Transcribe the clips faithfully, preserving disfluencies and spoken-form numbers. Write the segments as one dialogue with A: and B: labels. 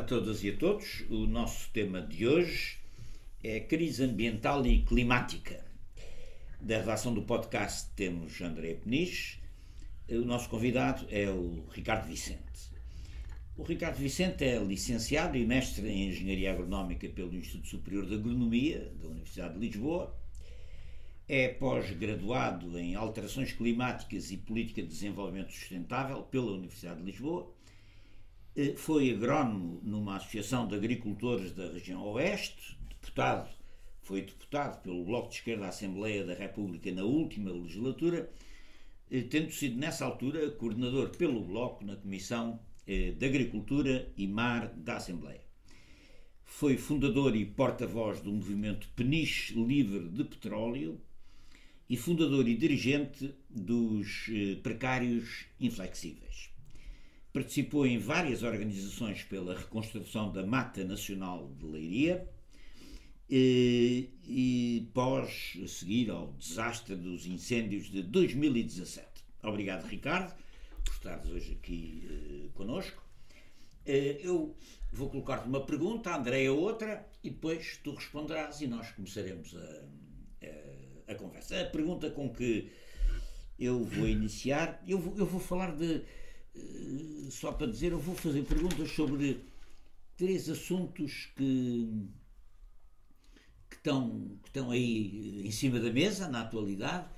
A: todas e a todos. O nosso tema de hoje é crise ambiental e climática. Da redação do podcast temos André Peniche. O nosso convidado é o Ricardo Vicente. O Ricardo Vicente é licenciado e mestre em Engenharia Agronómica pelo Instituto Superior de Agronomia da Universidade de Lisboa. É pós-graduado em Alterações Climáticas e Política de Desenvolvimento Sustentável pela Universidade de Lisboa. Foi agrónomo numa associação de agricultores da região Oeste, deputado, foi deputado pelo Bloco de Esquerda à Assembleia da República na última legislatura, tendo sido nessa altura coordenador pelo Bloco na Comissão de Agricultura e Mar da Assembleia. Foi fundador e porta-voz do movimento Peniche Livre de Petróleo e fundador e dirigente dos Precários Inflexíveis. Participou em várias organizações pela reconstrução da Mata Nacional de Leiria e, e pós seguir ao desastre dos incêndios de dois mil e dezassete. Obrigado, Ricardo, por estares hoje aqui uh, connosco. Uh, eu vou colocar-te uma pergunta, a Andréia outra, e depois tu responderás e nós começaremos a, a, a conversa. A pergunta com que eu vou iniciar, eu vou, eu vou falar de... Só para dizer, eu vou fazer perguntas sobre três assuntos que, que, estão, que estão aí em cima da mesa, na atualidade,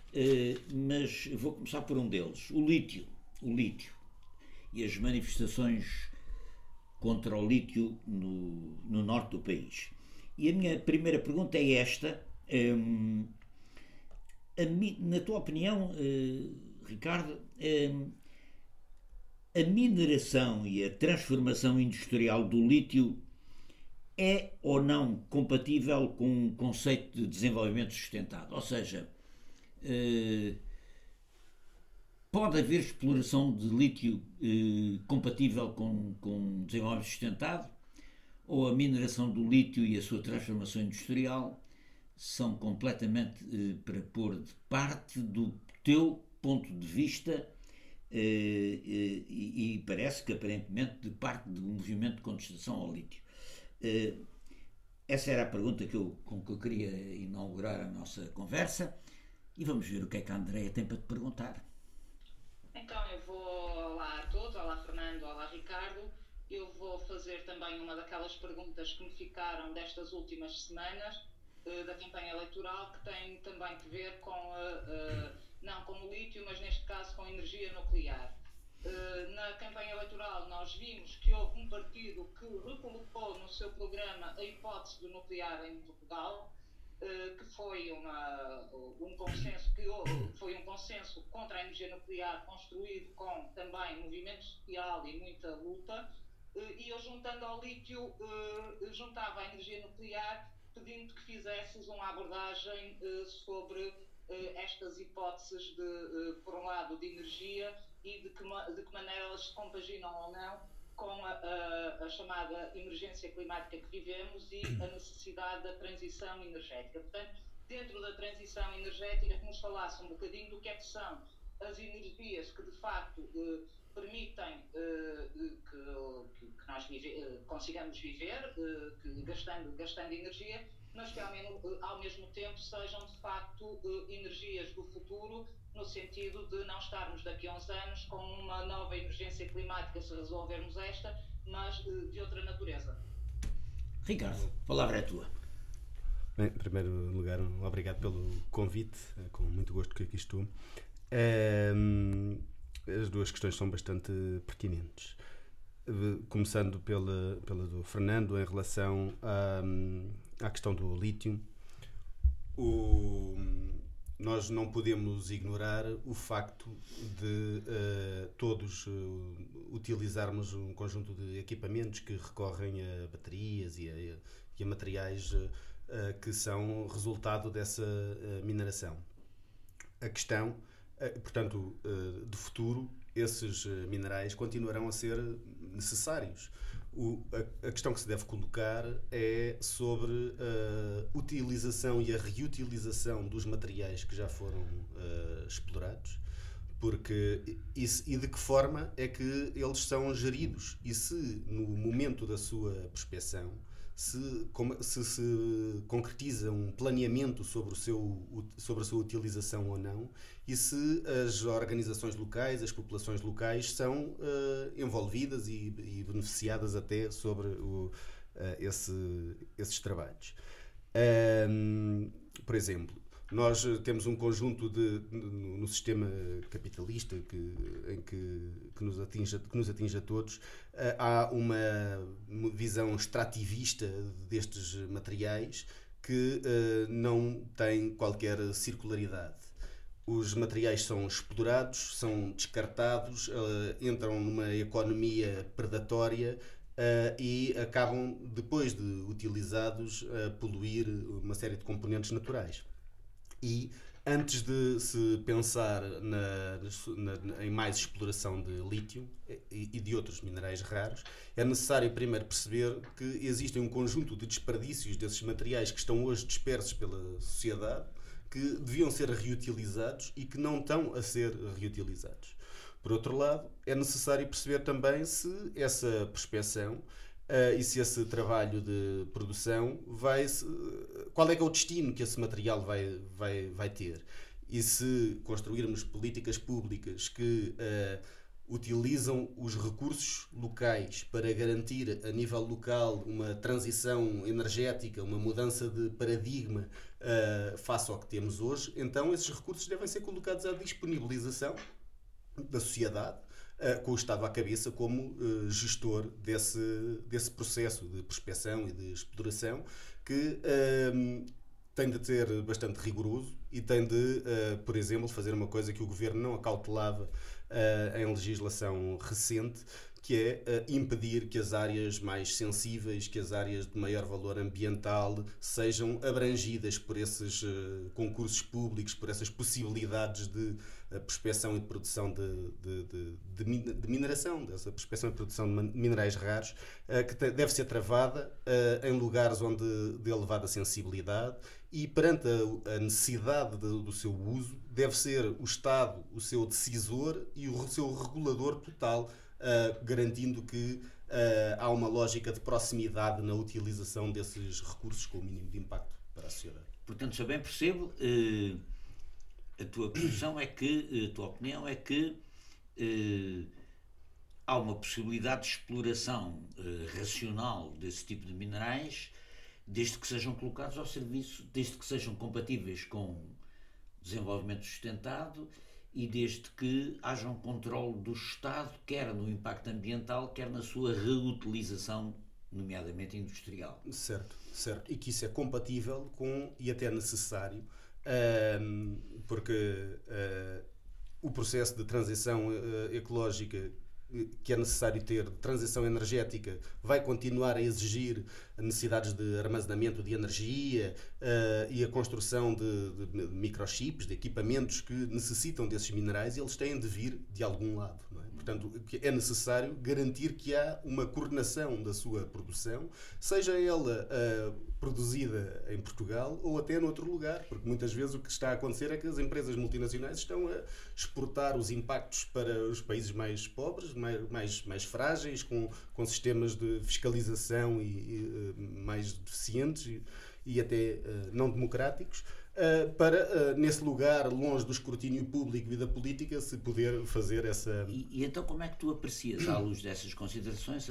A: mas vou começar por um deles, o lítio, o lítio e as manifestações contra o lítio no, no norte do país. E a minha primeira pergunta é esta, hum, a, na tua opinião, uh, Ricardo, hum, a mineração e a transformação industrial do lítio é ou não compatível com o conceito de desenvolvimento sustentado? Ou seja, eh, pode haver exploração de lítio eh, compatível com, com desenvolvimento sustentado? Ou a mineração do lítio e a sua transformação industrial são completamente eh, para pôr de parte do teu ponto de vista? Uh, uh, e, e parece que aparentemente de parte do movimento de contestação ao lítio. Uh, essa era a pergunta que eu, com que eu queria inaugurar a nossa conversa e vamos ver o que é que a Andréia tem para te perguntar.
B: Então eu vou, olá a todos, olá Fernando, olá Ricardo, eu vou fazer também uma daquelas perguntas que me ficaram destas últimas semanas uh, da campanha eleitoral, que tem também que ver com uh, uh, não com o lítio, mas neste caso com a energia nuclear. Na campanha eleitoral nós vimos que houve um partido que recolocou no seu programa a hipótese do nuclear em Portugal, que foi uma, um consenso que houve, foi um consenso contra a energia nuclear construído com também movimento social e muita luta, e eu juntando ao lítio juntava a energia nuclear pedindo que fizesses uma abordagem sobre estas hipóteses de, por um lado, de energia e de que, de que maneira elas se compaginam ou não com a, a, a chamada emergência climática que vivemos e a necessidade da transição energética. Portanto, dentro da transição energética, que nos falasse um bocadinho do que é que são as energias que, de facto, eh, permitem eh, que, que nós vive, eh, consigamos viver, eh, que gastando, gastando energia, mas que ao mesmo, ao mesmo tempo sejam de facto energias do futuro, no sentido de não estarmos daqui a uns anos com uma nova emergência climática se resolvermos esta, mas de outra natureza.
A: Ricardo, a palavra é tua.
C: Bem, em primeiro lugar, um obrigado pelo convite, com muito gosto que aqui estou. Um, as duas questões são bastante pertinentes. Começando pela, pela do Fernando em relação a à questão do lítio, o, nós não podemos ignorar o facto de uh, todos uh, utilizarmos um conjunto de equipamentos que recorrem a baterias e a, e a materiais uh, uh, que são resultado dessa uh, mineração. A questão, uh, portanto, uh, de futuro, esses uh, minerais continuarão a ser necessários. O, a, a questão que se deve colocar é sobre a utilização e a reutilização dos materiais que já foram uh, explorados, Porque, e, e de que forma é que eles são geridos? E se no momento da sua prospecção se, se, se concretiza um planeamento sobre, o seu, sobre a sua utilização ou não, e se as organizações locais, as populações locais são uh, envolvidas e, e beneficiadas até sobre o, uh, esse, esses trabalhos. Um, por exemplo, nós temos um conjunto de, no sistema capitalista que, em que, que, nos atinge, que nos atinge a todos, há uma visão extrativista destes materiais que uh, não tem qualquer circularidade. Os materiais são explorados, são descartados, uh, entram numa economia predatória uh, e acabam, depois de utilizados, a poluir uma série de componentes naturais. E antes de se pensar na, na, em mais exploração de lítio e, e de outros minerais raros, é necessário primeiro perceber que existem um conjunto de desperdícios desses materiais que estão hoje dispersos pela sociedade, que deviam ser reutilizados e que não estão a ser reutilizados. Por outro lado, é necessário perceber também se essa prospecção Uh, e se esse trabalho de produção vai... Qual é que é o destino que esse material vai, vai, vai ter? E se construirmos políticas públicas que uh, utilizam os recursos locais para garantir a nível local uma transição energética, uma mudança de paradigma uh, face ao que temos hoje, então esses recursos devem ser colocados à disponibilização da sociedade, com o Estado à cabeça como uh, gestor desse, desse processo de prospecção e de exploração, que uh, tem de ser bastante rigoroso e tem de, uh, por exemplo, fazer uma coisa que o Governo não acautelava uh, em legislação recente, que é uh, impedir que as áreas mais sensíveis, que as áreas de maior valor ambiental sejam abrangidas por esses uh, concursos públicos, por essas possibilidades de uh, prospecção e de produção de, de, de, de, de mineração, dessa prospecção e produção de minerais raros, uh, que te, deve ser travada uh, em lugares onde de elevada sensibilidade, e perante a, a necessidade de, do seu uso, deve ser o Estado o seu decisor e o seu regulador total, Uh, garantindo que uh, há uma lógica de proximidade na utilização desses recursos com o mínimo de impacto para a sociedade.
A: Portanto, se eu bem percebo, uh, a tua posição é que, a tua opinião é que uh, há uma possibilidade de exploração uh, racional desse tipo de minerais, desde que sejam colocados ao serviço, desde que sejam compatíveis com desenvolvimento sustentado e desde que haja um controle do Estado, quer no impacto ambiental, quer na sua reutilização, nomeadamente industrial.
C: Certo, certo. E que isso é compatível com, e até necessário, um, porque uh, o processo de transição uh, ecológica que é necessário ter, de transição energética, vai continuar a exigir necessidades de armazenamento de energia uh, e a construção de, de microchips, de equipamentos que necessitam desses minerais, e eles têm de vir de algum lado, não é? Portanto, é necessário garantir que há uma coordenação da sua produção, seja ela uh, produzida em Portugal ou até noutro lugar, porque muitas vezes o que está a acontecer é que as empresas multinacionais estão a exportar os impactos para os países mais pobres, mais, mais, mais frágeis, com, com sistemas de fiscalização e, e, mais deficientes e, e até uh, não democráticos, Uh, para, uh, nesse lugar, longe do escrutínio público e da política, se poder fazer essa...
A: E, e então como é que tu aprecias, à luz dessas considerações,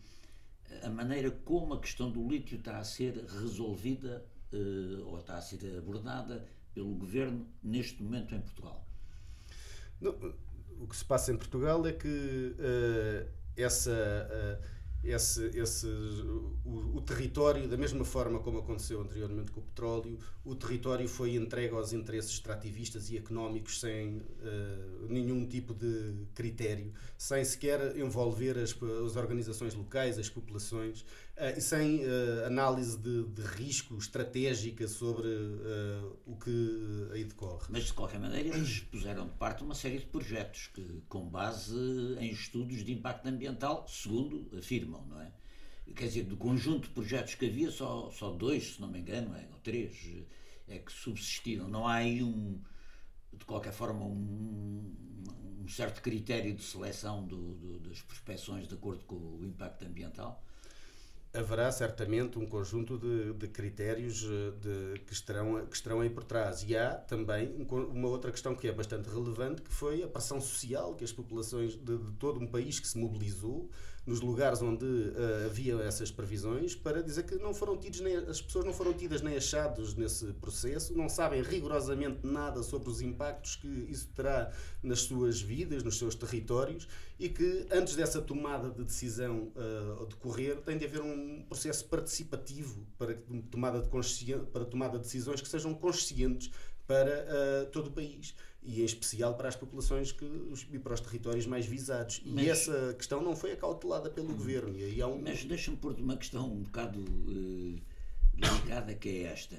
A: a, a maneira como a questão do lítio está a ser resolvida uh, ou está a ser abordada pelo Governo neste momento em Portugal?
C: Não, o que se passa em Portugal é que uh, essa... Uh, Esse, esse, o, o território, da mesma forma como aconteceu anteriormente com o petróleo, o território foi entregue aos interesses extrativistas e económicos sem uh, nenhum tipo de critério, sem sequer envolver as, as organizações locais, as populações, uh, e sem uh, análise de, de risco estratégica sobre uh, o que aí decorre.
A: Mas, de qualquer maneira, eles puseram de parte uma série de projetos que, com base em estudos de impacto ambiental, segundo afirmam, não é? Quer dizer, do conjunto de projetos que havia, só, só dois, se não me engano, é, ou três, é que subsistiram. Não há aí um, de qualquer forma, um, um certo critério de seleção do, do, das prospecções de acordo com o impacto ambiental?
C: Haverá certamente um conjunto de, de critérios de, que, estarão, que estarão aí por trás. E há também um, uma outra questão que é bastante relevante, que foi a pressão social que as populações de, de todo um país que se mobilizou nos lugares onde uh, havia essas previsões, para dizer que não foram tidos nem, as pessoas não foram tidas nem achados nesse processo, não sabem rigorosamente nada sobre os impactos que isso terá nas suas vidas, nos seus territórios, e que antes dessa tomada de decisão uh, decorrer, tem de haver um processo participativo para tomada de, consci... para tomada de decisões que sejam conscientes para uh, todo o país. E em especial para as populações que, e para os territórios mais visados. Mas, e essa questão não foi acautelada pelo hum, governo. E aí há um...
A: Mas deixa-me pôr-te uma questão um bocado uh, delicada, que é esta.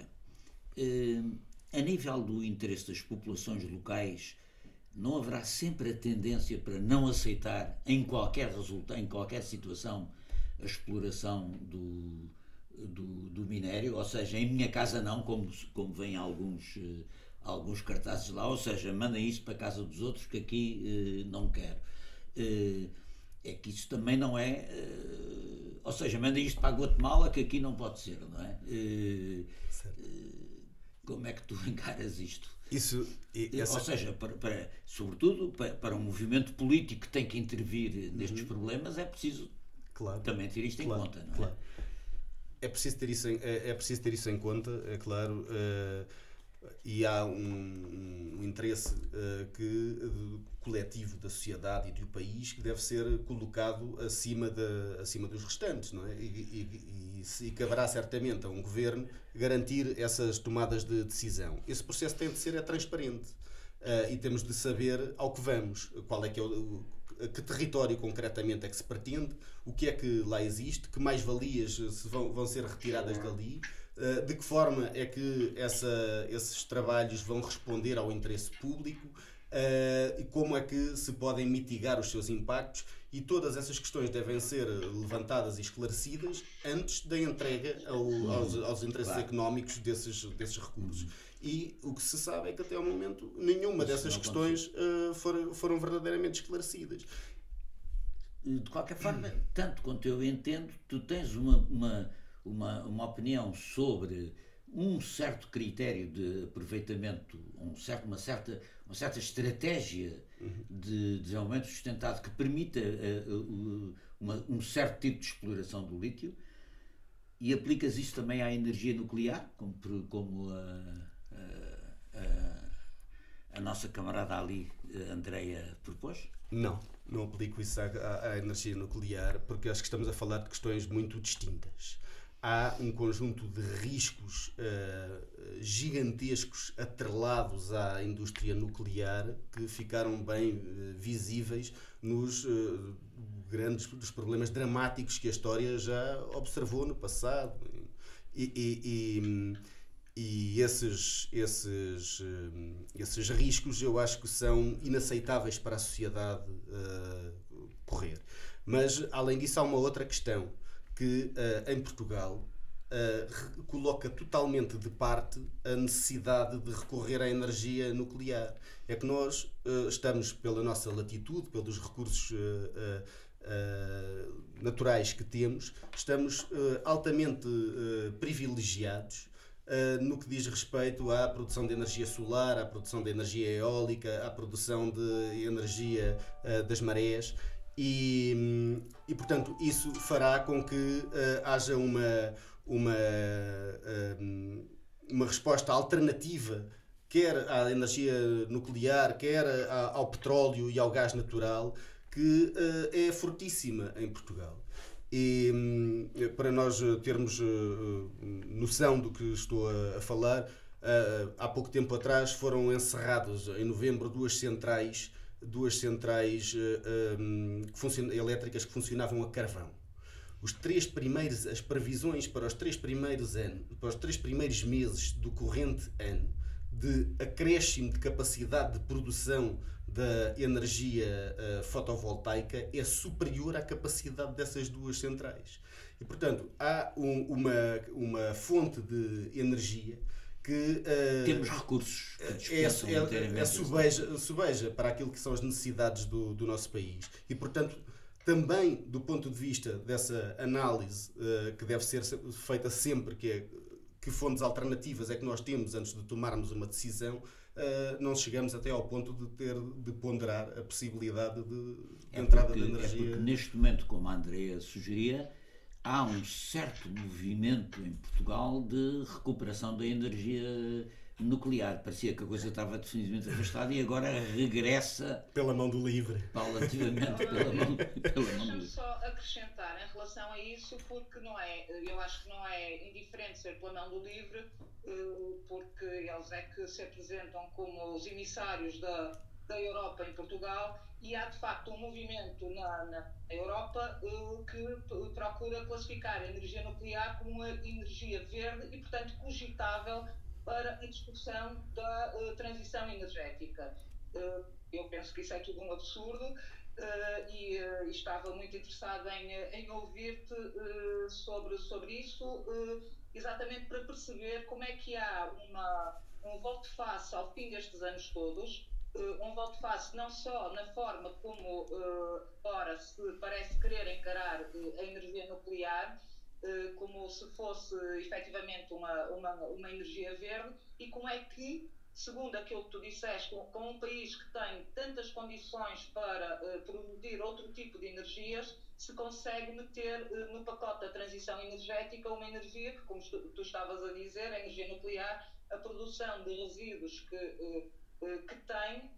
A: Uh, a nível do interesse das populações locais, não haverá sempre a tendência para não aceitar, em qualquer resultado, em qualquer situação, a exploração do, do, do minério? Ou seja, em minha casa não, como, como vêm alguns... Uh, alguns cartazes lá, ou seja, mandem isso para a casa dos outros que aqui eh, não quero. Eh, é que isso também não é... Eh, ou seja, mandem isto para a Guatemala que aqui não pode ser, não é? Eh, eh, como é que tu encaras isto?
C: Isso, e essa...
A: Ou seja, para, para, sobretudo para, para um movimento político que tem que intervir nestes uhum. problemas, é preciso claro. também ter isto claro. em conta, não é?
C: Claro. É preciso ter isso em, é, é preciso ter isso em conta, é claro... Uh... E há um, um interesse uh, que, uh, coletivo da sociedade e do país que deve ser colocado acima, de, acima dos restantes, não é? E, e, e, e caberá certamente a um governo garantir essas tomadas de decisão. Esse processo tem de ser é transparente uh, e temos de saber ao que vamos, qual é que é o, que território concretamente é que se pretende, o que é que lá existe, que mais-valias se vão, vão ser retiradas dali. De que forma é que essa, esses trabalhos vão responder ao interesse público uh, e como é que se podem mitigar os seus impactos, e todas essas questões devem ser levantadas e esclarecidas antes da entrega ao, aos, aos interesses claro. económicos desses, desses recursos. Uhum. E o que se sabe é que até ao momento nenhuma Isso dessas questões uh, foram, foram verdadeiramente esclarecidas.
A: De qualquer forma, tanto quanto eu entendo, tu tens uma... uma... Uma, uma opinião sobre um certo critério de aproveitamento, um certo, uma, certa, uma certa estratégia uhum. de desenvolvimento sustentado que permita uh, uh, uma, um certo tipo de exploração do lítio, e aplicas isso também à energia nuclear, como, como a, a, a, a nossa camarada ali, Andreia, propôs?
C: Não, não aplico isso à, à, à energia nuclear, porque acho que estamos a falar de questões muito distintas. Há um conjunto de riscos uh, gigantescos atrelados à indústria nuclear que ficaram bem uh, visíveis nos uh, grandes dos problemas dramáticos que a história já observou no passado. E, e, e, e esses, esses, uh, esses riscos eu acho que são inaceitáveis para a sociedade uh, correr. Mas, além disso, há uma outra questão que uh, em Portugal uh, coloca totalmente de parte a necessidade de recorrer à energia nuclear. É que nós uh, estamos, pela nossa latitude, pelos recursos uh, uh, uh, naturais que temos, estamos uh, altamente uh, privilegiados uh, no que diz respeito à produção de energia solar, à produção de energia eólica, à produção de energia uh, das marés. E, e, portanto, isso fará com que uh, haja uma, uma, uh, uma resposta alternativa, quer à energia nuclear, quer a, ao petróleo e ao gás natural, que uh, é fortíssima em Portugal. E um, para nós termos uh, noção do que estou a, a falar, uh, há pouco tempo atrás foram encerrados, em novembro, duas centrais duas centrais uh, um, que funcion... elétricas que funcionavam a carvão. Os três primeiros, as previsões para os três primeiros anos, para os três primeiros meses do corrente ano, de acréscimo de capacidade de produção da energia uh, fotovoltaica é superior à capacidade dessas duas centrais. E, portanto, há um, uma, uma fonte de energia que uh,
A: temos recursos que
C: é, é, é subeja, subeja para aquilo que são as necessidades do, do nosso país. E, portanto, também do ponto de vista dessa análise uh, que deve ser feita sempre, que é que fontes alternativas é que nós temos antes de tomarmos uma decisão, uh, não chegamos até ao ponto de ter de ponderar a possibilidade de, de
A: é
C: entrada
A: porque,
C: de energia.
A: É porque neste momento, como a Andrea sugeria, há um certo movimento em Portugal de recuperação da energia nuclear. Parecia que a coisa estava definitivamente afastada e agora regressa
C: pela mão do livre.
A: Paulatinamente pela mão, pela mão do livre.
B: Deixa-me só acrescentar em relação a isso, porque não é, eu acho que não é indiferente ser pela mão do livre, porque eles é que se apresentam como os emissários da, da Europa em Portugal, e há de facto um movimento na, na Europa uh, que procura classificar a energia nuclear como uma energia verde e, portanto, cogitável para a discussão da uh, transição energética. Uh, eu penso que isso é tudo um absurdo uh, e, uh, e estava muito interessada em, em ouvir-te uh, sobre, sobre isso, uh, exatamente para perceber como é que há uma, um volte-face ao fim destes anos todos. Uh, um volte-face não só na forma como uh, ora se parece querer encarar uh, a energia nuclear uh, como se fosse efetivamente uma, uma, uma energia verde, e como é que, segundo aquilo que tu disseste, com, com um país que tem tantas condições para uh, produzir outro tipo de energias, se consegue meter uh, no pacote da transição energética uma energia que, como tu, tu estavas a dizer, a energia nuclear, a produção de resíduos que uh, que tem,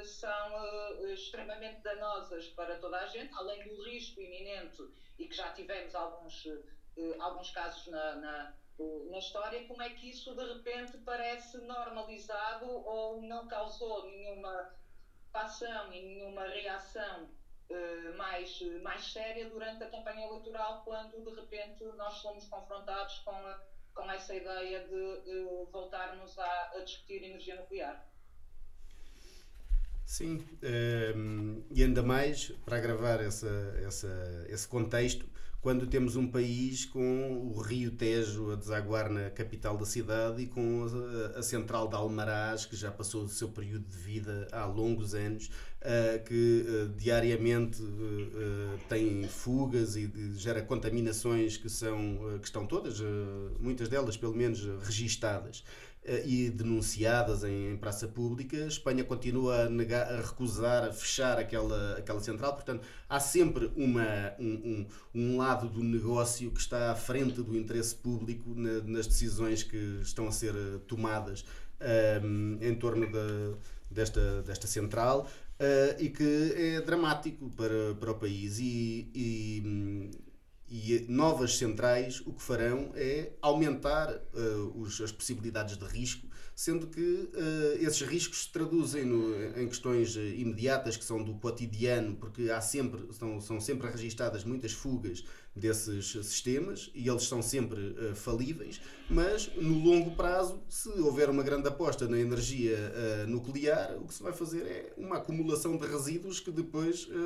B: são extremamente danosas para toda a gente, além do risco iminente, e que já tivemos alguns, alguns casos na, na, na história. Como é que isso de repente parece normalizado ou não causou nenhuma ação e nenhuma reação mais, mais séria durante a campanha eleitoral, quando de repente nós somos confrontados com, a, com essa ideia de voltarmos a, a discutir energia nuclear?
C: Sim, um, e ainda mais para agravar essa, essa, esse contexto, quando temos um país com o Rio Tejo a desaguar na capital da cidade e com a, a central de Almaraz, que já passou o seu período de vida há longos anos, uh, que uh, diariamente uh, uh, tem fugas e de, gera contaminações que, são, uh, que estão todas, uh, muitas delas pelo menos, registadas e denunciadas em, em praça pública. A Espanha continua a, negar, a recusar, a fechar aquela, aquela central. Portanto, há sempre uma, um, um, um lado do negócio que está à frente do interesse público na, nas decisões que estão a ser tomadas um, em torno da, desta, desta central, uh, e que é dramático para, para o país. E, e E novas centrais o que farão é aumentar uh, os, as possibilidades de risco, sendo que uh, esses riscos se traduzem no, em questões imediatas que são do cotidiano, porque há sempre, são, são sempre registadas muitas fugas desses sistemas e eles são sempre uh, falíveis, mas no longo prazo, se houver uma grande aposta na energia uh, nuclear, o que se vai fazer é uma acumulação de resíduos que depois uh,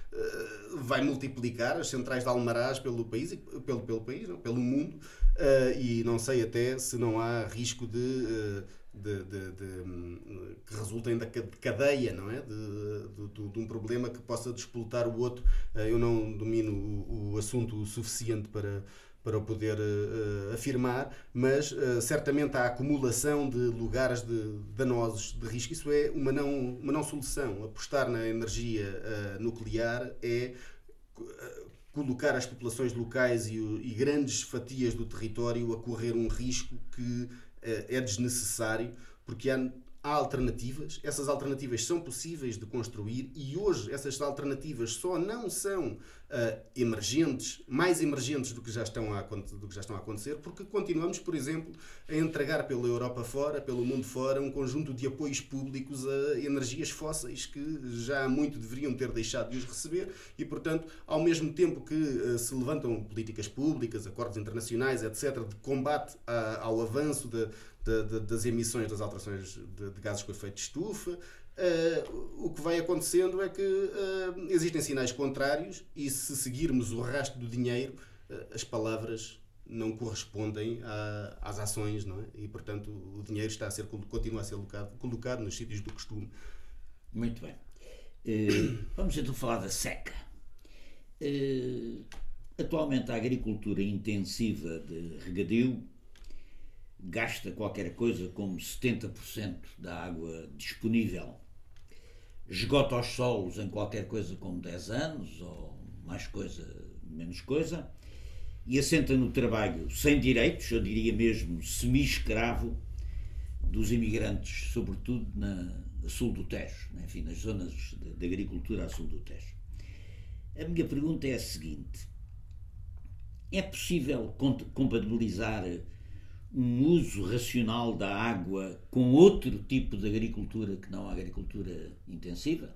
C: uh, vai multiplicar as centrais de Almaraz pelo país, pelo, pelo, país não, pelo mundo, uh, e não sei até se não há risco de... Uh, De, de, de, que resultem da cadeia, não é? De, de, de um problema que possa despoltar o outro. Eu não domino o, o assunto o suficiente para, para o poder uh, afirmar, mas uh, certamente a acumulação de lugares de, danosos de risco, isso é uma não, uma não solução. Apostar na energia uh, nuclear é uh, colocar as populações locais e, e grandes fatias do território a correr um risco que é desnecessário, porque há, há alternativas, essas alternativas são possíveis de construir e hoje essas alternativas só não são uh, emergentes, mais emergentes do que, já estão a, do que já estão a acontecer, porque continuamos, por exemplo, a entregar pela Europa fora, pelo mundo fora, um conjunto de apoios públicos a energias fósseis que já há muito deveriam ter deixado de os receber e, portanto, ao mesmo tempo que uh, se levantam políticas públicas, acordos internacionais, etcétera, de combate a, ao avanço de, de, de, das emissões das alterações de, de gases com efeito de estufa, Uh, o que vai acontecendo é que uh, existem sinais contrários e se seguirmos o rastro do dinheiro, uh, as palavras não correspondem a, às ações, não é? E, portanto, o dinheiro está a ser, continua a ser colocado, colocado nos sítios do costume.
A: Muito bem. Uh, vamos então falar da seca. Uh, atualmente a agricultura intensiva de regadio gasta qualquer coisa como setenta por cento da água disponível. Esgota os solos em qualquer coisa como dez anos, ou mais coisa, menos coisa, e assenta no trabalho sem direitos, eu diria mesmo semi-escravo, dos imigrantes, sobretudo na a sul do Tejo, enfim, nas zonas de, de agricultura a sul do Tejo. A minha pergunta é a seguinte: é possível compatibilizar um uso racional da água com outro tipo de agricultura que não a agricultura intensiva?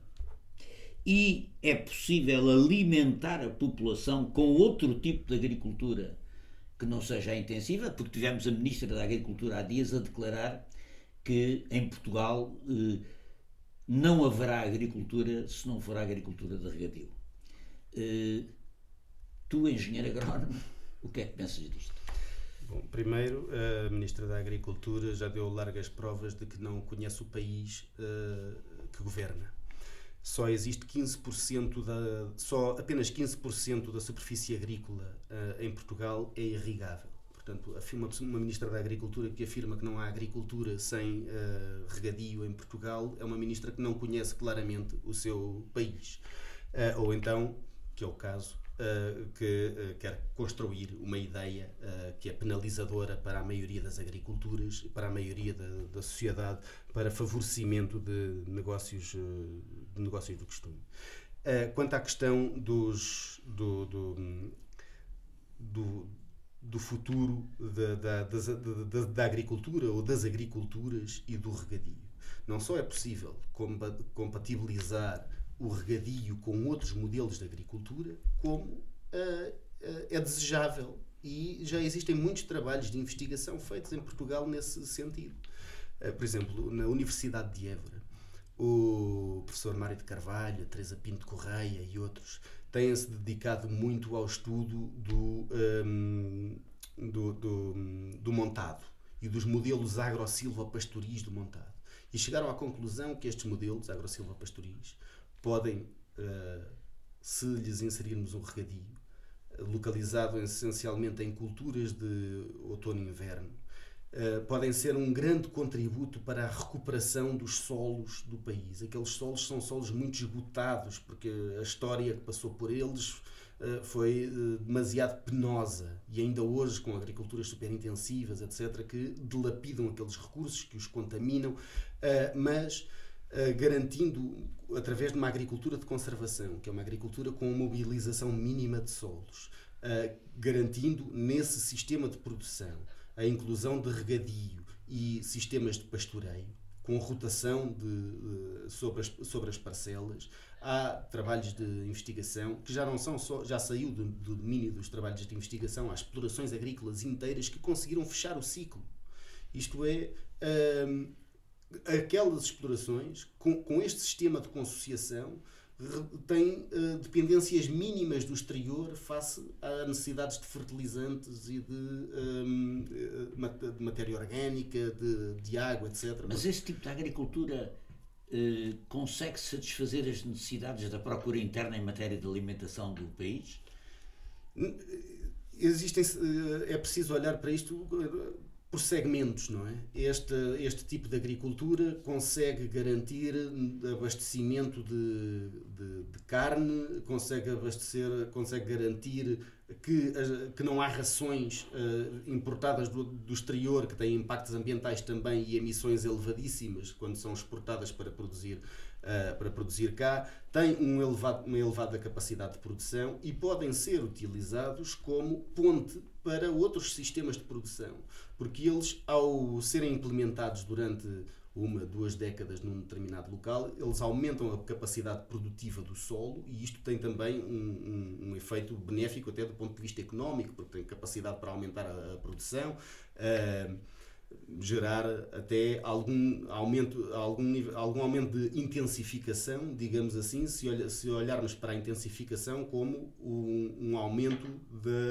A: E é possível alimentar a população com outro tipo de agricultura que não seja a intensiva? Porque tivemos a Ministra da Agricultura há dias a declarar que em Portugal eh, não haverá agricultura se não for a agricultura de regadio. Eh, tu, engenheiro agrónomo, o que é que pensas disto?
C: Bom, primeiro, a Ministra da Agricultura já deu largas provas de que não conhece o país uh, que governa. Só existe quinze por cento da, só apenas quinze por cento da superfície agrícola uh, em Portugal é irrigável. Portanto, uma, uma Ministra da Agricultura que afirma que não há agricultura sem uh, regadio em Portugal é uma Ministra que não conhece claramente o seu país. Uh, ou então, que é o caso, Uh, que uh, quer construir uma ideia uh, que é penalizadora para a maioria das agriculturas, para a maioria da, da sociedade, para favorecimento de negócios, uh, de negócios do costume. Uh, quanto à questão dos, do, do, do, do futuro da, da, das, da, da agricultura ou das agriculturas e do regadio, não só é possível compatibilizar o regadio com outros modelos de agricultura, como uh, uh, é desejável. E já existem muitos trabalhos de investigação feitos em Portugal nesse sentido. Uh, por exemplo, na Universidade de Évora, o professor Mário de Carvalho, a Teresa Pinto Correia e outros têm-se dedicado muito ao estudo do, um, do, do, do montado e dos modelos agro-silvopastoris do montado. E chegaram à conclusão que estes modelos agro-silvopastoris podem, uh, se lhes inserirmos um regadio, uh, localizado essencialmente em culturas de outono e inverno, uh, podem ser um grande contributo para a recuperação dos solos do país. Aqueles solos são solos muito esgotados, porque a história que passou por eles uh, foi uh, demasiado penosa, e ainda hoje, com agriculturas superintensivas, etcétera, que dilapidam aqueles recursos, que os contaminam, uh, mas Uh, garantindo, através de uma agricultura de conservação, que é uma agricultura com mobilização mínima de solos, uh, garantindo nesse sistema de produção a inclusão de regadio e sistemas de pastoreio, com rotação de, uh, sobre, as, sobre as parcelas. Há trabalhos de investigação que já não são só, já saiu do, do domínio dos trabalhos de investigação, há explorações agrícolas inteiras que conseguiram fechar o ciclo. Isto é, uh, aquelas explorações, com, com este sistema de consociação, têm uh, dependências mínimas do exterior face a necessidades de fertilizantes e de, um, de matéria orgânica, de, de água, etcétera.
A: Mas esse tipo de agricultura uh, consegue satisfazer as necessidades da procura interna em matéria de alimentação do país?
C: Existem, é preciso olhar para isto por segmentos, não é? Este, este tipo de agricultura consegue garantir abastecimento de, de, de carne, consegue abastecer, consegue garantir que, que não há rações uh, importadas do, do exterior que têm impactos ambientais também e emissões elevadíssimas quando são exportadas para produzir, uh, para produzir cá, têm um elevado, uma elevada capacidade de produção e podem ser utilizados como ponte para outros sistemas de produção, porque eles, ao serem implementados durante uma, duas décadas num determinado local, eles aumentam a capacidade produtiva do solo, e isto tem também um, um, um efeito benéfico até do ponto de vista económico, porque tem capacidade para aumentar a, a produção, uh, gerar até algum aumento, algum, nível, algum aumento de intensificação, digamos assim, se, olha, se olharmos para a intensificação como um, um aumento de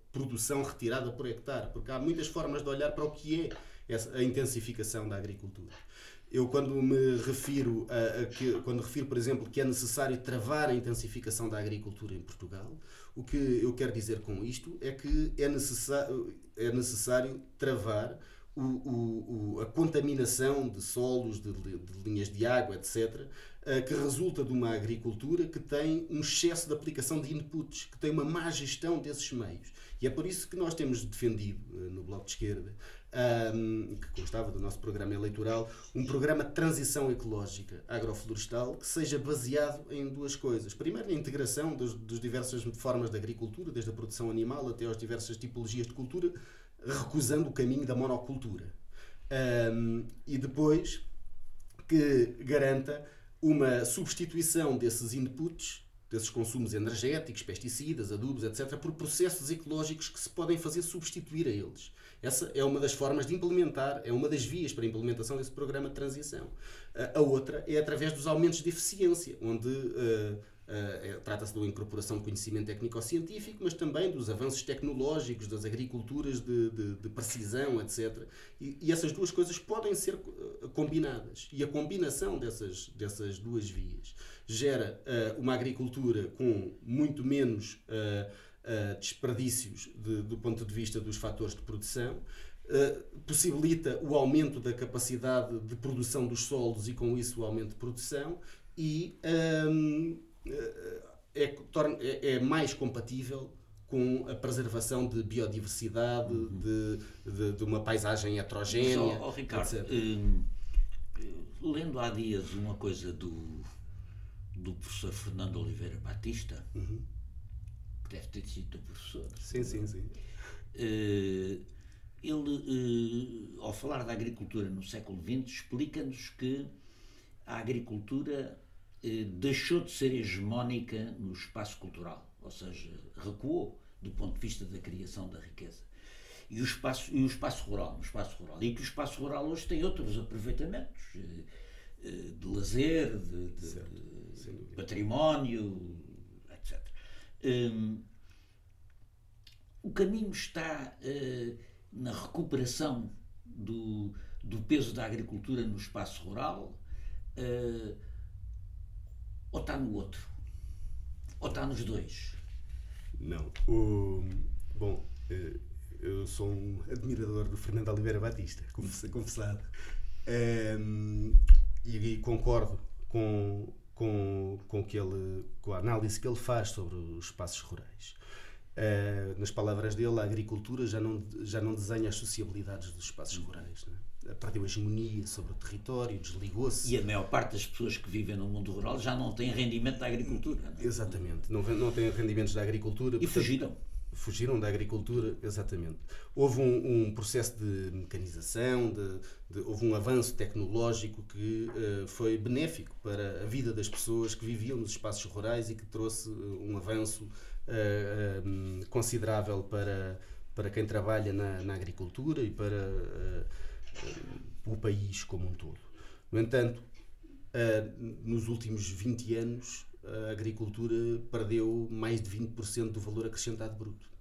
C: produção retirada por hectare, porque há muitas formas de olhar para o que é essa, a intensificação da agricultura. Eu, quando me refiro, a, a que, quando refiro, por exemplo, que é necessário travar a intensificação da agricultura em Portugal, o que eu quero dizer com isto é que é necessário, é necessário travar o, o, o, a contaminação de solos, de, de, de linhas de água, etcétera, que resulta de uma agricultura que tem um excesso de aplicação de inputs, que tem uma má gestão desses meios. E é por isso que nós temos defendido, no Bloco de Esquerda, um, que constava do nosso programa eleitoral, um programa de transição ecológica agroflorestal que seja baseado em duas coisas. Primeiro, na integração das, das diversas formas de agricultura, desde a produção animal até às diversas tipologias de cultura, recusando o caminho da monocultura. Um, e depois, que garanta uma substituição desses inputs, desses consumos energéticos, pesticidas, adubos, etcétera, por processos ecológicos que se podem fazer substituir a eles. Essa é uma das formas de implementar, é uma das vias para a implementação desse programa de transição. A outra é através dos aumentos de eficiência, onde uh, uh, trata-se da incorporação de conhecimento técnico-científico, mas também dos avanços tecnológicos, das agriculturas de, de, de precisão, etcétera. E, e essas duas coisas podem ser uh, combinadas. E a combinação dessas, dessas duas vias gera uh, uma agricultura com muito menos uh, uh, desperdícios de, do ponto de vista dos fatores de produção, uh, possibilita o aumento da capacidade de produção dos solos e com isso o aumento de produção e um, é, torna, é, é mais compatível com a preservação de biodiversidade, uhum. de, de, de uma paisagem heterogénea,
A: Mas, oh, oh, Ricardo, etcétera. Hum, lendo há dias uma coisa do do professor Fernando Oliveira Batista, uhum. que deve ter sido o professor.
C: Sim, sim, sim.
A: Uh, ele, uh, ao falar da agricultura no século vinte, explica-nos que a agricultura uh, deixou de ser hegemónica no espaço cultural, ou seja, recuou do ponto de vista da criação da riqueza. E o espaço, e o espaço rural, no espaço rural. E que o espaço rural hoje tem outros aproveitamentos, uh, de lazer, de, de, de património, etcétera. Um, o caminho está uh, na recuperação do, do peso da agricultura no espaço rural, uh, ou está no outro? Ou está nos dois?
C: Não. O, bom, eu sou um admirador do Fernando Oliveira Batista, confessado. Um, E concordo com, com, com, que ele, com a análise que ele faz sobre os espaços rurais. Uh, nas palavras dele, a agricultura já não, já não desenha as sociabilidades dos espaços rurais. Né? Perdeu a hegemonia sobre o território, desligou-se.
A: E a maior parte das pessoas que vivem no mundo rural já não têm rendimento da agricultura. Não é?
C: Exatamente, não, não têm rendimentos da agricultura.
A: E portanto, fugiram.
C: Fugiram da agricultura, exatamente. Houve um, um processo de mecanização, de, de, houve um avanço tecnológico que uh, foi benéfico para a vida das pessoas que viviam nos espaços rurais e que trouxe um avanço uh, um, considerável para, para quem trabalha na, na agricultura e para uh, uh, o país como um todo. No entanto, uh, nos últimos vinte anos, a agricultura perdeu mais de vinte por cento do valor acrescentado bruto.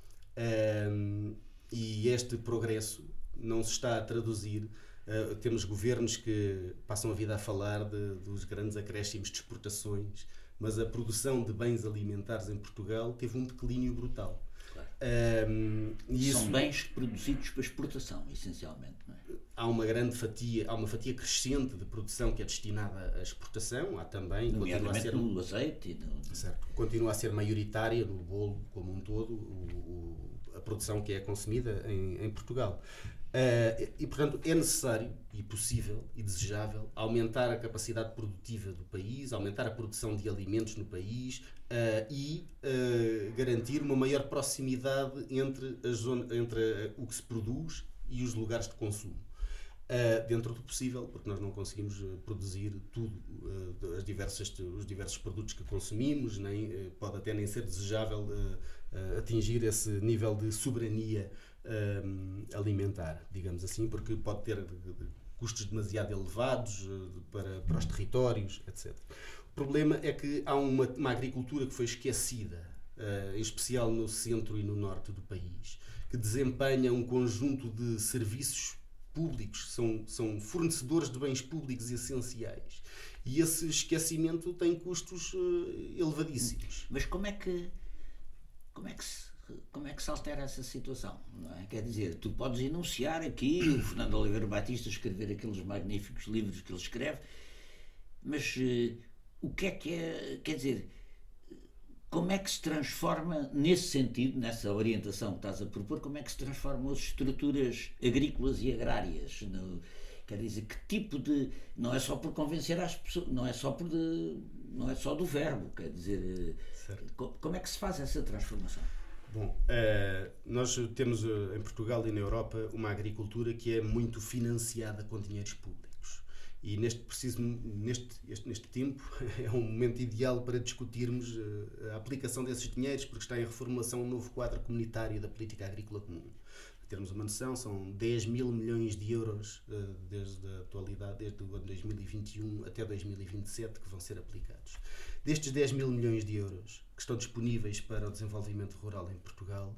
C: Um, e este progresso não se está a traduzir. Uh, temos governos que passam a vida a falar de, dos grandes acréscimos de exportações, mas a produção de bens alimentares em Portugal teve um declínio brutal.
A: Claro.
C: Um, e
A: São
C: isso,
A: bens produzidos para exportação, essencialmente, não é?
C: Há uma grande fatia, há uma fatia crescente de produção que é destinada à exportação, há também, continua a ser,
A: no azeite. No...
C: Certo, continua a ser maioritária no bolo como um todo, o, o, a produção que é consumida em, em Portugal. Uh, e, portanto, é necessário e possível e desejável aumentar a capacidade produtiva do país, aumentar a produção de alimentos no país uh, e uh, garantir uma maior proximidade entre, a zona, entre uh, o que se produz e os lugares de consumo. Uh, dentro do possível, porque nós não conseguimos uh, produzir tudo, uh, as diversas, os diversos produtos que consumimos, nem, uh, pode até nem ser desejável uh, uh, atingir esse nível de soberania uh, alimentar, digamos assim, porque pode ter de, de custos demasiado elevados uh, para, para os territórios, etcétera. O problema é que há uma, uma agricultura que foi esquecida em especial no centro e no norte do país, que desempenha um conjunto de serviços públicos, são, são fornecedores de bens públicos essenciais. E esse esquecimento tem custos uh, elevadíssimos.
A: Mas como é que como é que se, como é que se altera essa situação? Não é? Quer dizer, tu podes enunciar aqui o Fernando Oliveira Batista escrever aqueles magníficos livros que ele escreve, mas uh, o que é que é, quer dizer, como é que se transforma nesse sentido, nessa orientação que estás a propor, como é que se transformam as estruturas agrícolas e agrárias? No, quer dizer, que tipo de... Não é só por convencer as pessoas, não é só por de, não é só do verbo, quer dizer, certo. Como é que se faz essa transformação?
C: Bom, uh, nós temos uh, em Portugal e na Europa uma agricultura que é muito financiada com dinheiros públicos. E neste, preciso, neste, este, neste tempo é um momento ideal para discutirmos uh, a aplicação desses dinheiros, porque está em reformulação um novo quadro comunitário da política agrícola comum. Para termos uma noção, são dez mil milhões de euros uh, desde a atualidade, desde o ano dois mil e vinte e um até dois mil e vinte e sete, que vão ser aplicados. Destes dez mil milhões de euros que estão disponíveis para o desenvolvimento rural em Portugal,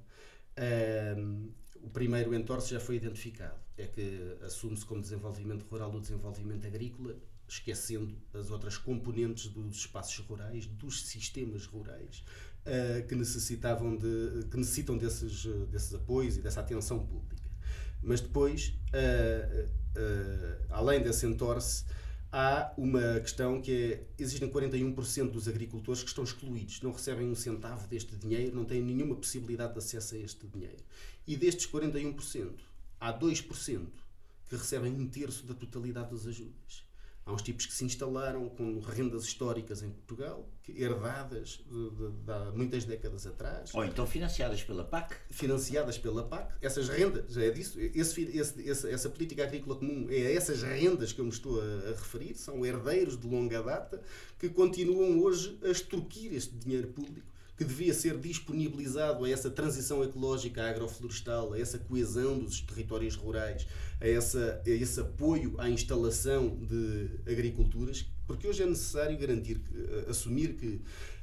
C: uh, o primeiro entorce já foi identificado. É que assume-se como desenvolvimento rural o desenvolvimento agrícola, esquecendo as outras componentes dos espaços rurais, dos sistemas rurais, uh, que, necessitavam de, que necessitam desses, desses apoios e dessa atenção pública. Mas depois, uh, uh, além desse entorce, há uma questão que é, existem quarenta e um por cento dos agricultores que estão excluídos, não recebem um centavo deste dinheiro, não têm nenhuma possibilidade de acesso a este dinheiro. E destes quarenta e um por cento, há dois por cento que recebem um terço da totalidade das ajudas. Há uns tipos que se instalaram com rendas históricas em Portugal, que, herdadas de, de, de há muitas décadas atrás.
A: Ou então financiadas pela P A C.
C: Financiadas pela P A C. Essas rendas, já é disso, esse, esse, essa, essa política agrícola comum, é a essas rendas que eu me estou a, a referir, são herdeiros de longa data, que continuam hoje a extorquir este dinheiro público, que devia ser disponibilizado a essa transição ecológica agroflorestal, a essa coesão dos territórios rurais, a, essa, a esse apoio à instalação de agriculturas, porque hoje é necessário garantir, assumir que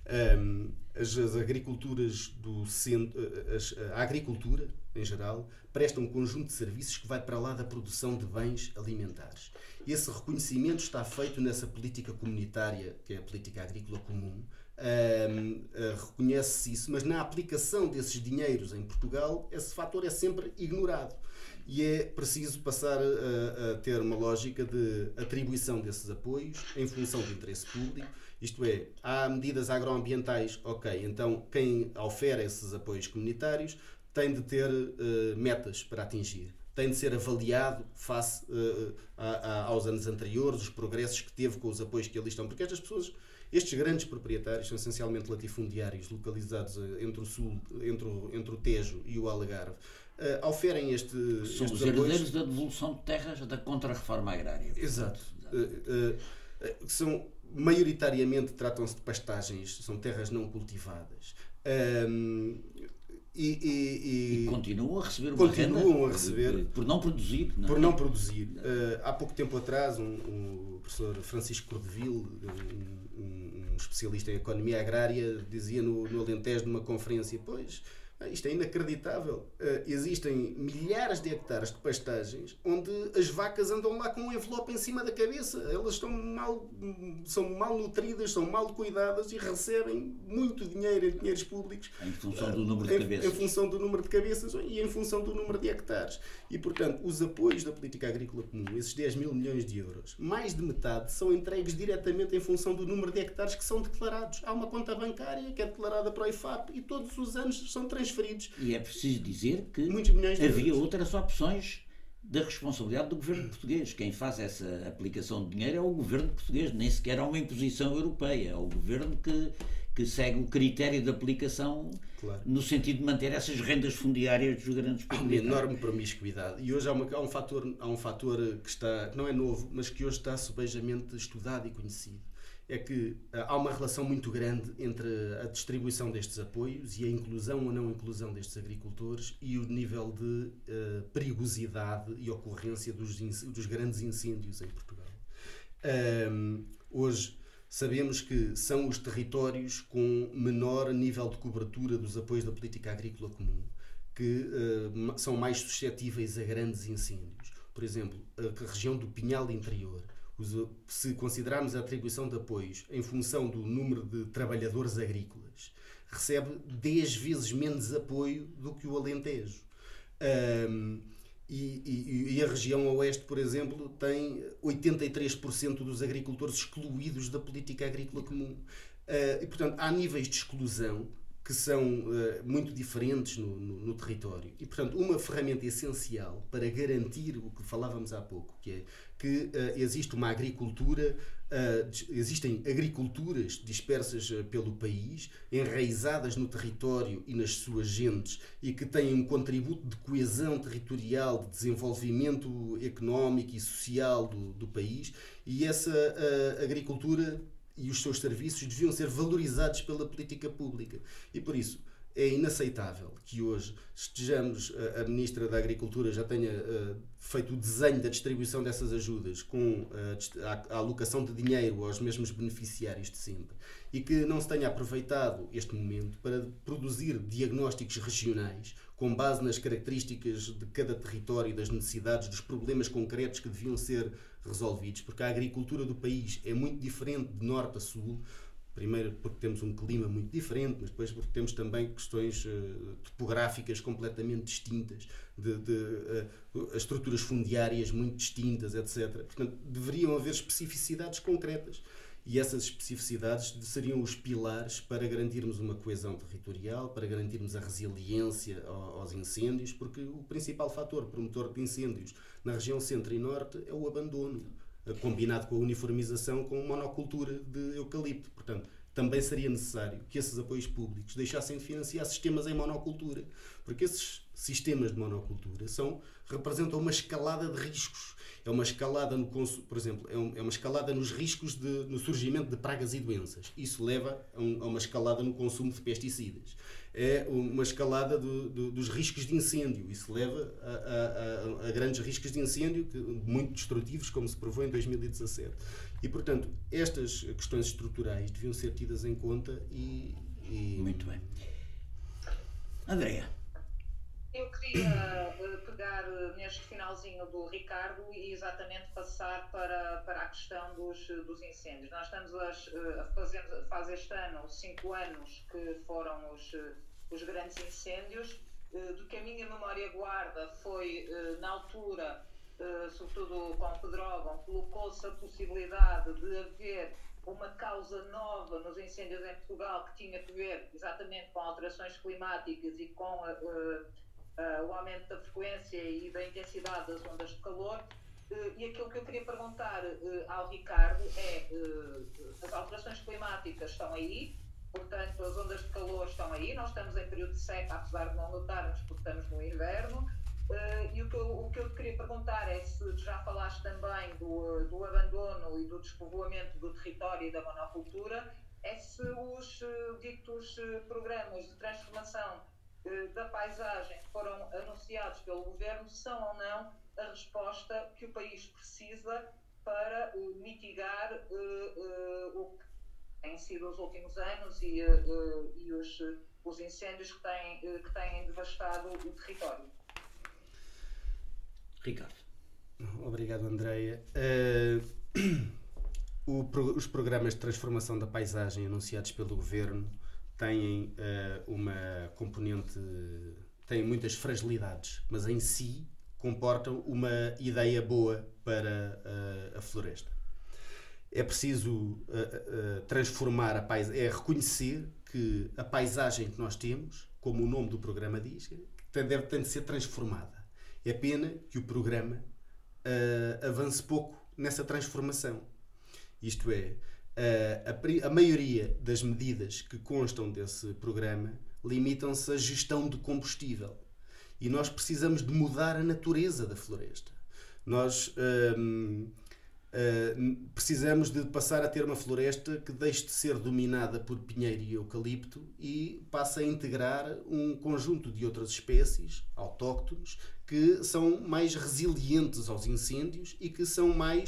C: um, as, as agriculturas do centro, as, a agricultura, em geral, presta um conjunto de serviços que vai para lá da produção de bens alimentares. Esse reconhecimento está feito nessa política comunitária, que é a política agrícola comum. Um, uh, reconhece-se isso, mas na aplicação desses dinheiros em Portugal esse fator é sempre ignorado e é preciso passar a, a ter uma lógica de atribuição desses apoios em função do interesse público, isto é, há medidas agroambientais, ok, então quem ofere esses apoios comunitários tem de ter uh, metas para atingir, tem de ser avaliado face uh, a, a, aos anos anteriores, os progressos que teve com os apoios que ali estão, porque estas pessoas, estes grandes proprietários são essencialmente latifundiários localizados entre o sul, entre o, entre o Tejo e o Algarve, uh, oferem este
A: são os herdeiros da devolução de terras da contra-reforma agrária.
C: Exato. Uh, uh, uh, são, maioritariamente tratam-se de pastagens, são terras não cultivadas. Um, E, e, e,
A: e continuam a receber uma
C: continuam
A: renda
C: a receber,
A: por não produzir. Não
C: por
A: é?
C: não produzir. Uh, há pouco tempo atrás, um, um professor Francisco Cordeville, um, um, um especialista em economia agrária, dizia no, no Alentejo, numa conferência, pois, isto é inacreditável. Uh, existem milhares de hectares de pastagens onde as vacas andam lá com um envelope em cima da cabeça. Elas estão mal, são mal nutridas, são mal cuidadas e recebem muito dinheiro em dinheiros públicos.
A: Em função do número de
C: em,
A: cabeças.
C: Em função do número de cabeças e em função do número de hectares. E, portanto, os apoios da política agrícola comum, esses dez mil milhões de euros, mais de metade são entregues diretamente em função do número de hectares que são declarados. Há uma conta bancária que é declarada para o I F A P e todos os anos são transferidos.
A: E é preciso dizer que havia
C: euros.
A: outras opções da responsabilidade do governo português. Quem faz essa aplicação de dinheiro é o governo português, nem sequer há uma imposição europeia. É o governo que, que segue o critério de aplicação, claro, no sentido de manter essas rendas fundiárias dos grandes proprietários.
C: Há uma enorme promiscuidade. E hoje há, uma, há, um fator, há um fator que está, que não é novo, mas que hoje está subejamente estudado e conhecido. É que há uma relação muito grande entre a distribuição destes apoios e a inclusão ou não inclusão destes agricultores e o nível de uh, perigosidade e ocorrência dos, dos grandes incêndios em Portugal. Um, hoje Sabemos que são os territórios com menor nível de cobertura dos apoios da política agrícola comum, que uh, são mais suscetíveis a grandes incêndios. Por exemplo, a região do Pinhal Interior, se considerarmos a atribuição de apoios em função do número de trabalhadores agrícolas, recebe dez vezes menos apoio do que o Alentejo. Um, e, e, e a região oeste, por exemplo, tem oitenta e três por cento dos agricultores excluídos da política agrícola comum. Uh, e, portanto, há níveis de exclusão que são uh, muito diferentes no, no, no território. E, portanto, uma ferramenta essencial para garantir o que falávamos há pouco, que é que uh, existe uma agricultura, uh, existem agriculturas dispersas uh, pelo país, enraizadas no território e nas suas gentes, e que têm um contributo de coesão territorial, de desenvolvimento económico e social do, do país, e essa uh, agricultura e os seus serviços deviam ser valorizados pela política pública. E por isso é inaceitável que hoje estejamos, a Ministra da Agricultura já tenha uh, feito o desenho da distribuição dessas ajudas com uh, a, a alocação de dinheiro aos mesmos beneficiários de sempre, e que não se tenha aproveitado este momento para produzir diagnósticos regionais com base nas características de cada território e das necessidades, dos problemas concretos que deviam ser resolvidos, porque a agricultura do país é muito diferente de norte a sul. Primeiro porque temos um clima muito diferente, mas depois porque temos também questões uh, topográficas completamente distintas, de, de uh, as estruturas fundiárias muito distintas, etcétera. Portanto, deveriam haver especificidades concretas, e essas especificidades seriam os pilares para garantirmos uma coesão territorial, para garantirmos a resiliência aos incêndios, porque o principal fator promotor de incêndios na região centro e norte é o abandono, combinado com a uniformização com monocultura de eucalipto. Portanto, também seria necessário que esses apoios públicos deixassem de financiar sistemas em monocultura, porque esses sistemas de monocultura são, representam uma escalada de riscos. É uma escalada, no, por exemplo, é, um, é uma escalada nos riscos de, no surgimento de pragas e doenças. Isso leva a, um, a uma escalada no consumo de pesticidas. É uma escalada do, do, dos riscos de incêndio. Isso leva a, a, a, a grandes riscos de incêndio, que, muito destrutivos, como se provou em dois mil e dezassete. E, portanto, estas questões estruturais deviam ser tidas em conta e... e...
A: Muito bem. Andréa.
B: Eu queria pegar neste finalzinho do Ricardo e exatamente passar para, para a questão dos, dos incêndios. Nós estamos a, a fazer, faz este ano cinco anos que foram os, os grandes incêndios. Do que a minha memória guarda foi, na altura, sobretudo com Pedrógão, colocou-se a possibilidade de haver uma causa nova nos incêndios em Portugal que tinha que ver exatamente com alterações climáticas e com a, Uh, o aumento da frequência e da intensidade das ondas de calor, uh, e aquilo que eu queria perguntar uh, ao Ricardo é, uh, as alterações climáticas estão aí, portanto as ondas de calor estão aí, nós estamos em período de seca, apesar de não notarmos porque estamos no inverno, uh, e o que, eu, o que eu te queria perguntar é se já falaste também do, do abandono e do despovoamento do território e da monocultura, é se os uh, ditos uh, programas de transformação da paisagem que foram anunciados pelo Governo são ou não a resposta que o país precisa para uh, mitigar uh, uh, o que têm sido os últimos anos e, uh, e os, uh, os incêndios que têm, uh, que têm devastado o território.
A: Ricardo.
C: Obrigado, Andréa. Uh, o, os programas de transformação da paisagem anunciados pelo Governo têm uh, uma componente, têm muitas fragilidades, mas em si comportam uma ideia boa para uh, a floresta. É preciso uh, uh, transformar a paisagem, é reconhecer que a paisagem que nós temos, como o nome do programa diz, deve ter de ser transformada. É pena que o programa uh, avance pouco nessa transformação. Isto é, Uh, a, a maioria das medidas que constam desse programa limitam-se à gestão de combustível, e nós precisamos de mudar a natureza da floresta. Nós uh, uh, precisamos de passar a ter uma floresta que deixe de ser dominada por pinheiro e eucalipto e passe a integrar um conjunto de outras espécies autóctones que são mais resilientes aos incêndios e que são mais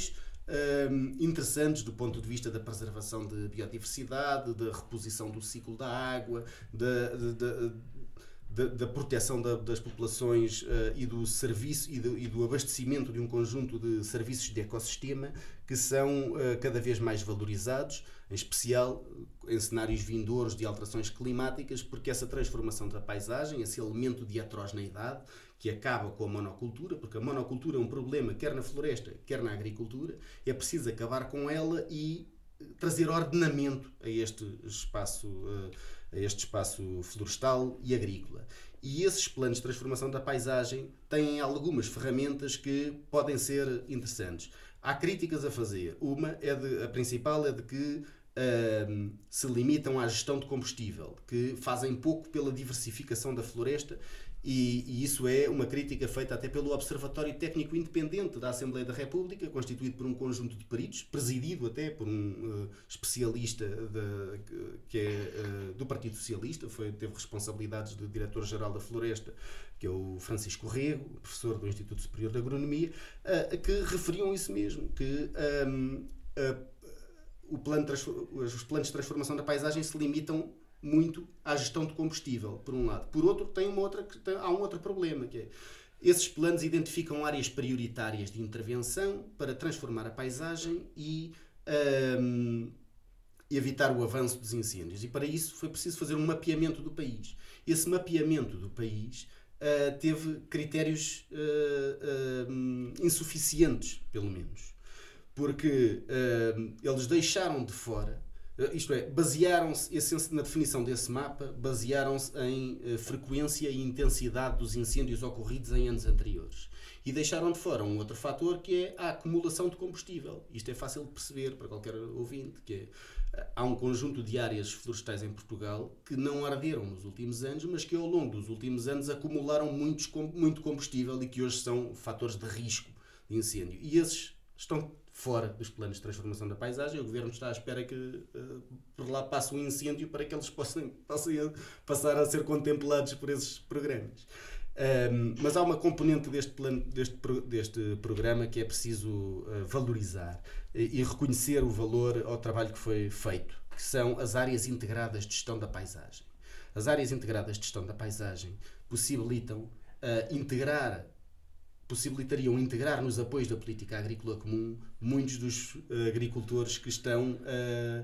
C: um, interessantes do ponto de vista da preservação de biodiversidade, da reposição do ciclo da água, da, da, da, da, da proteção da, das populações uh, e do serviço e do, e do abastecimento de um conjunto de serviços de ecossistema que são uh, cada vez mais valorizados, em especial em cenários vindouros de alterações climáticas, porque essa transformação da paisagem, esse elemento de heterogeneidade que acaba com a monocultura, porque a monocultura é um problema quer na floresta, quer na agricultura, é preciso acabar com ela e trazer ordenamento a este espaço, a este espaço florestal e agrícola. E esses planos de transformação da paisagem têm algumas ferramentas que podem ser interessantes. Há críticas a fazer. Uma, é de, a principal é de que uh, se limitam à gestão de combustível, que fazem pouco pela diversificação da floresta. E, e isso é uma crítica feita até pelo Observatório Técnico Independente da Assembleia da República, constituído por um conjunto de peritos, presidido até por um uh, especialista de, que é uh, do Partido Socialista, foi, teve responsabilidades de diretor-geral da Floresta, que é o Francisco Rego, professor do Instituto Superior de Agronomia, uh, que referiam isso mesmo, que um, uh, o plano de, os planos de transformação da paisagem se limitam muito à gestão de combustível, por um lado. Por outro, tem uma outra, tem, há um outro problema, que é esses planos identificam áreas prioritárias de intervenção para transformar a paisagem e um, evitar o avanço dos incêndios. E para isso foi preciso fazer um mapeamento do país. Esse mapeamento do país uh, teve critérios uh, uh, insuficientes, pelo menos. Porque uh, eles deixaram de fora, isto é, basearam-se na definição desse mapa, basearam-se em uh, frequência e intensidade dos incêndios ocorridos em anos anteriores. E deixaram de fora um outro fator, que é a acumulação de combustível. Isto é fácil de perceber para qualquer ouvinte, que é, uh, há um conjunto de áreas florestais em Portugal que não arderam nos últimos anos, mas que ao longo dos últimos anos acumularam muitos, muito combustível e que hoje são fatores de risco de incêndio. E esses estão fora dos planos de transformação da paisagem. O Governo está à espera que uh, por lá passe um incêndio para que eles possam, possam passar a ser contemplados por esses programas. Um, mas há uma componente deste, plano, deste, deste programa que é preciso uh, valorizar e, e reconhecer o valor ao trabalho que foi feito, que são as áreas integradas de gestão da paisagem. As áreas integradas de gestão da paisagem possibilitam uh, integrar possibilitariam integrar nos apoios da política agrícola comum muitos dos uh, agricultores que estão uh,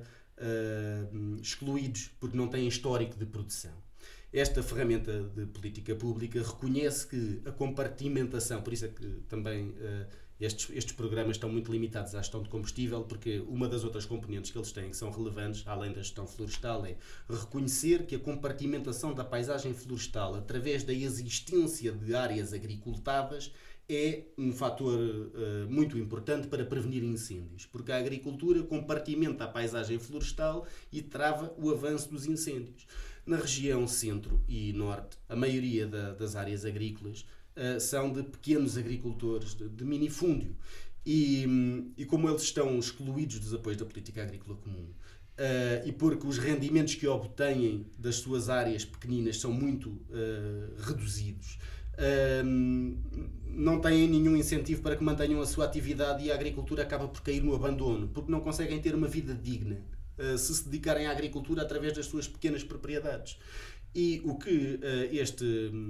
C: uh, excluídos porque não têm histórico de produção. Esta ferramenta de política pública reconhece que a compartimentação, por isso é que também uh, estes, estes programas estão muito limitados à gestão de combustível, porque uma das outras componentes que eles têm que são relevantes, além da gestão florestal, é reconhecer que a compartimentação da paisagem florestal através da existência de áreas agricultadas é um fator uh, muito importante para prevenir incêndios, porque a agricultura compartimenta a paisagem florestal e trava o avanço dos incêndios. Na região centro e norte, a maioria da, das áreas agrícolas uh, são de pequenos agricultores, de, de minifúndio, e, e como eles estão excluídos dos apoios da política agrícola comum, uh, e porque os rendimentos que obtêm das suas áreas pequeninas são muito uh, reduzidos, Um, não têm nenhum incentivo para que mantenham a sua atividade e a agricultura acaba por cair no abandono, porque não conseguem ter uma vida digna uh, se se dedicarem à agricultura através das suas pequenas propriedades. E o que uh, este,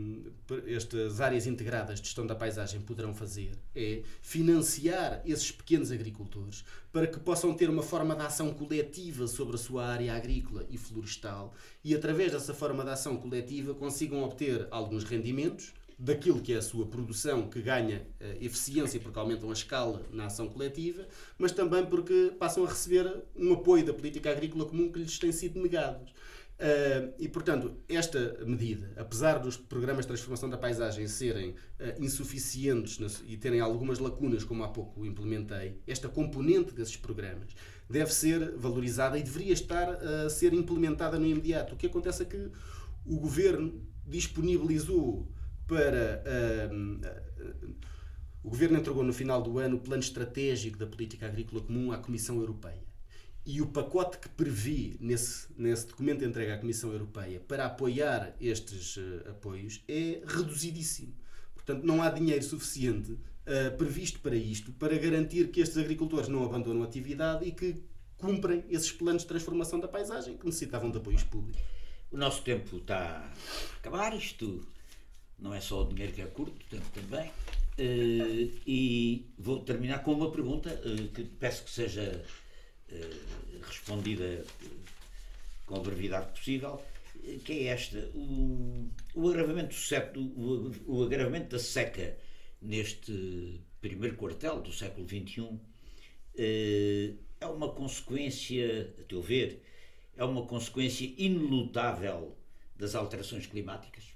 C: estas áreas integradas de gestão da paisagem poderão fazer é financiar esses pequenos agricultores para que possam ter uma forma de ação coletiva sobre a sua área agrícola e florestal e, através dessa forma de ação coletiva, consigam obter alguns rendimentos daquilo que é a sua produção, que ganha uh, eficiência porque aumentam a escala na ação coletiva, mas também porque passam a receber um apoio da política agrícola comum que lhes tem sido negado. Uh, e, portanto, esta medida, apesar dos programas de transformação da paisagem serem uh, insuficientes nas, e terem algumas lacunas, como há pouco implementei, esta componente desses programas deve ser valorizada e deveria estar a ser implementada no imediato. O que acontece é que o Governo disponibilizou para... Uh, uh, o Governo entregou no final do ano o plano estratégico da política agrícola comum à Comissão Europeia. E o pacote que prevê nesse, nesse documento entregue à Comissão Europeia para apoiar estes uh, apoios é reduzidíssimo. Portanto, não há dinheiro suficiente uh, previsto para isto, para garantir que estes agricultores não abandonam a atividade e que cumprem esses planos de transformação da paisagem que necessitavam de apoios públicos.
A: O nosso tempo está a acabar, isto não é só o dinheiro que é curto, o tempo também. Uh, e vou terminar com uma pergunta uh, que peço que seja uh, respondida com a brevidade possível, que é esta: o, o, agravamento, o, o agravamento da seca neste primeiro quartel do século vinte e um uh, é uma consequência, a teu ver, é uma consequência inelutável das alterações climáticas?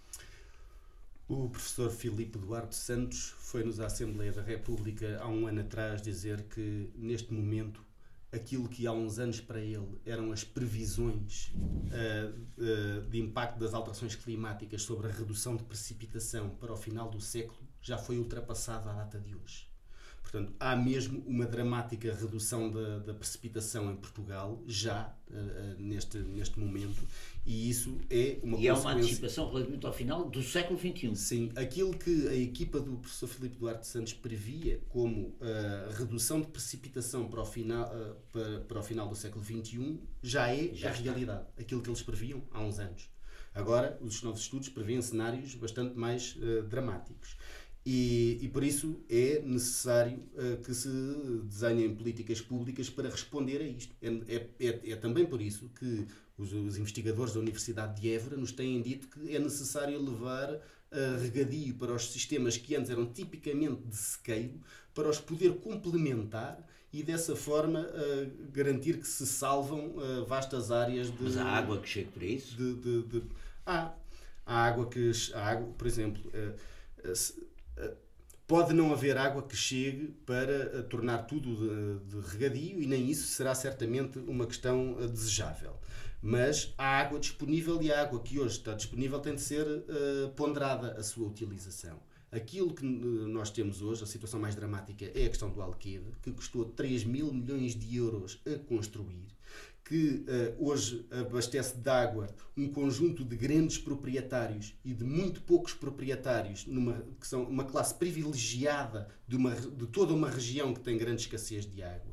C: O professor Filipe Duarte Santos foi-nos à Assembleia da República há um ano atrás dizer que, neste momento, aquilo que há uns anos para ele eram as previsões uh, uh, de impacto das alterações climáticas sobre a redução de precipitação para o final do século já foi ultrapassado à data de hoje. Portanto, há mesmo uma dramática redução da, da precipitação em Portugal, já uh, neste, neste momento, e isso é uma
A: E é uma antecipação relativamente ao final do século vinte e um.
C: Sim, aquilo que a equipa do professor Filipe Duarte Santos previa como uh, redução de precipitação para o, final, uh, para, para o final do século vinte e um já é já a está. realidade, aquilo que eles previam há uns anos. Agora, os novos estudos prevêem cenários bastante mais uh, dramáticos. E, e por isso é necessário uh, que se desenhem políticas públicas para responder a isto. É, é, é também por isso que os, os investigadores da Universidade de Évora nos têm dito que é necessário levar uh, regadio para os sistemas que antes eram tipicamente de sequeiro, para os poder complementar e dessa forma uh, garantir que se salvam uh, vastas áreas de...
A: Mas há água que chega para isso?
C: De, de, de, há, há água que... Há água, por exemplo... Uh, uh, se, Pode não haver água que chegue para tornar tudo de, de regadio e nem isso será certamente uma questão desejável. Mas há água disponível e a água que hoje está disponível tem de ser uh, ponderada a sua utilização. Aquilo que nós temos hoje, a situação mais dramática, é a questão do Alqueva, que custou três mil milhões de euros a construir, que uh, hoje abastece de água um conjunto de grandes proprietários e de muito poucos proprietários, numa, que são uma classe privilegiada de, uma, de toda uma região que tem grande escassez de água,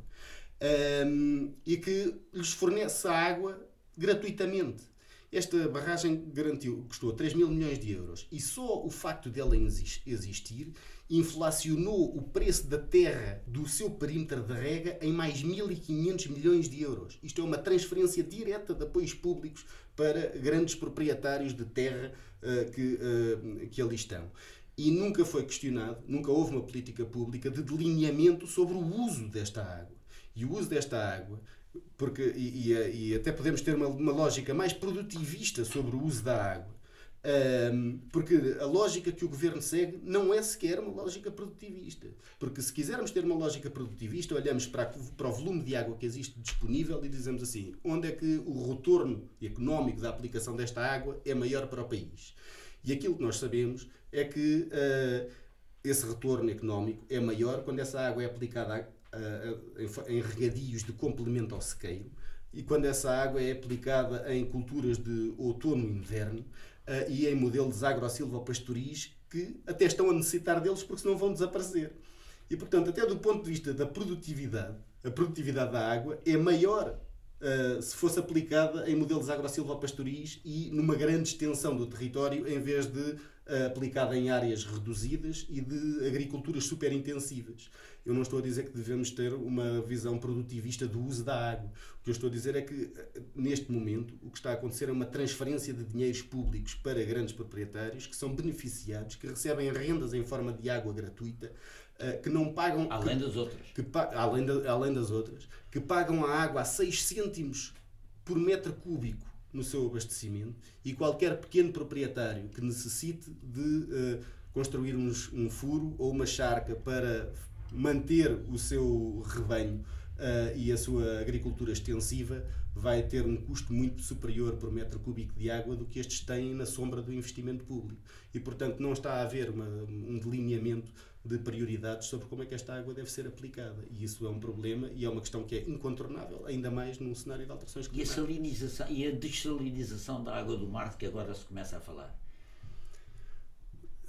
C: um, e que lhes fornece a água gratuitamente. Esta barragem garantiu, custou três mil milhões de euros e só o facto dela existir inflacionou o preço da terra do seu perímetro de rega em mais mil e quinhentos milhões de euros. Isto é uma transferência direta de apoios públicos para grandes proprietários de terra uh, que, uh, que ali estão. E nunca foi questionado, nunca houve uma política pública de delineamento sobre o uso desta água. E o uso desta água... Porque, e, e, e até podemos ter uma, uma lógica mais produtivista sobre o uso da água, um, porque a lógica que o governo segue não é sequer uma lógica produtivista, porque se quisermos ter uma lógica produtivista, olhamos para, a, para o volume de água que existe disponível e dizemos assim, onde é que o retorno económico da aplicação desta água é maior para o país. E aquilo que nós sabemos é que uh, esse retorno económico é maior quando essa água é aplicada a em regadios de complemento ao sequeiro e quando essa água é aplicada em culturas de outono e inverno e em modelos agro-silvopastoris que até estão a necessitar deles porque senão vão desaparecer. E portanto, até do ponto de vista da produtividade, a produtividade da água é maior uh, se fosse aplicada em modelos agro-silvopastoris e numa grande extensão do território em vez de uh, aplicada em áreas reduzidas e de agriculturas superintensivas. Eu não estou a dizer que devemos ter uma visão produtivista do uso da água. O que eu estou a dizer é que, neste momento, o que está a acontecer é uma transferência de dinheiros públicos para grandes proprietários que são beneficiados, que recebem rendas em forma de água gratuita, que não pagam...
A: Além
C: que,
A: das outras.
C: Que, além, de, além das outras, que pagam a água a seis cêntimos por metro cúbico no seu abastecimento e qualquer pequeno proprietário que necessite de uh, construir uns, um furo ou uma charca para manter o seu rebanho uh, e a sua agricultura extensiva vai ter um custo muito superior por metro cúbico de água do que estes têm na sombra do investimento público. E, portanto, não está a haver uma, um delineamento de prioridades sobre como é que esta água deve ser aplicada. E isso é um problema e é uma questão que é incontornável, ainda mais num cenário de alterações climáticas.
A: E a salinização e a dessalinização da água do mar, que agora se começa a falar?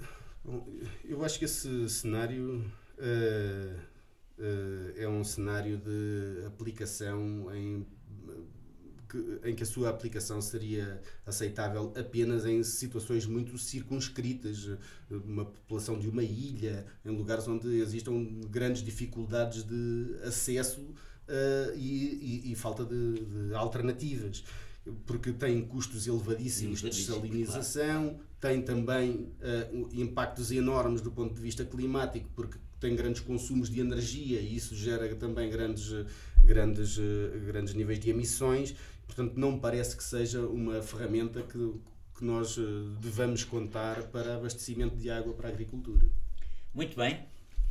C: Bom, eu acho que esse cenário uh, uh, é um cenário de aplicação em, que, em que a sua aplicação seria aceitável apenas em situações muito circunscritas, uma população de uma ilha, em lugares onde existam grandes dificuldades de acesso uh, e, e, e falta de, de alternativas. Porque tem custos elevadíssimos de desalinização, claro. Tem também uh, impactos enormes do ponto de vista climático, porque tem grandes consumos de energia e isso gera também grandes, grandes, uh, grandes níveis de emissões. Portanto, não me parece que seja uma ferramenta que, que nós uh, devamos contar para abastecimento de água para a agricultura.
A: Muito bem.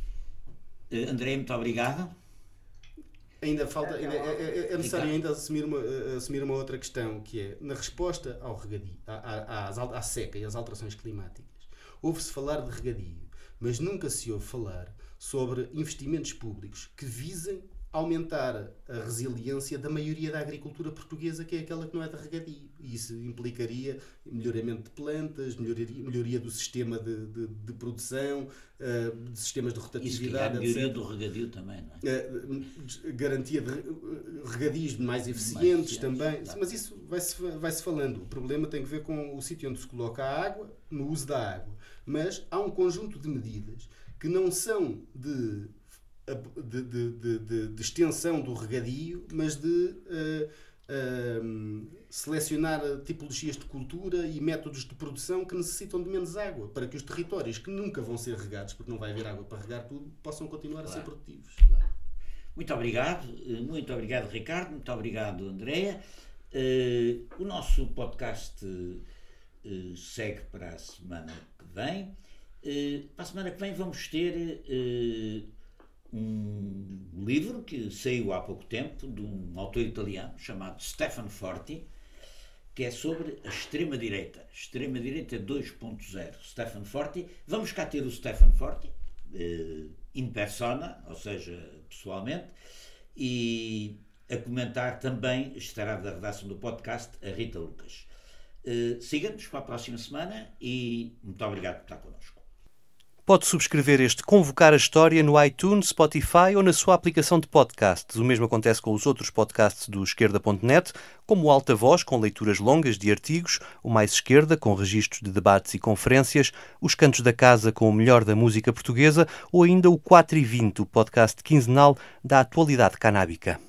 A: Uh, André, muito obrigado.
C: Ainda falta, ainda, é, é, é necessário ainda assumir uma, assumir uma outra questão, que é, na resposta ao regadio, à, à, à seca e às alterações climáticas, ouve-se falar de regadio, mas nunca se ouve falar sobre investimentos públicos que visem aumentar a resiliência da maioria da agricultura portuguesa, que é aquela que não é de regadio. E isso implicaria melhoramento de plantas, melhoria, melhoria do sistema de, de, de produção, uh, de sistemas de rotatividade,
A: isso, melhoria etcétera. Do regadio também, não é?
C: Uh, garantia de regadios mais eficientes mais também. Tá. Mas isso vai-se, vai-se falando. O problema tem a ver com o sítio onde se coloca a água, no uso da água. Mas há um conjunto de medidas que não são de De, de, de, de, de extensão do regadio, mas de uh, uh, selecionar tipologias de cultura e métodos de produção que necessitam de menos água, para que os territórios que nunca vão ser regados, porque não vai haver água para regar tudo, possam continuar claro. A ser produtivos.
A: Claro. Muito obrigado, muito obrigado Ricardo, muito obrigado Andréa. Uh, o nosso podcast uh, segue para a semana que vem. Uh, para a semana que vem vamos ter uh, um livro que saiu há pouco tempo de um autor italiano chamado Stefano Forti, que é sobre a extrema-direita, extrema-direita dois ponto zero. Stefano Forti, vamos cá ter o Stefano Forti eh, in persona, ou seja, pessoalmente, e a comentar também estará da redação do podcast a Rita Lucas. Eh, siga-nos para a próxima semana e muito obrigado por estar connosco.
D: Pode subscrever este Convocar a História no iTunes, Spotify ou na sua aplicação de podcasts. O mesmo acontece com os outros podcasts do esquerda ponto net, como o Alta Voz, com leituras longas de artigos, o Mais Esquerda, com registros de debates e conferências, os Cantos da Casa, com o melhor da música portuguesa, ou ainda o quatro e vinte, o podcast quinzenal da atualidade canábica.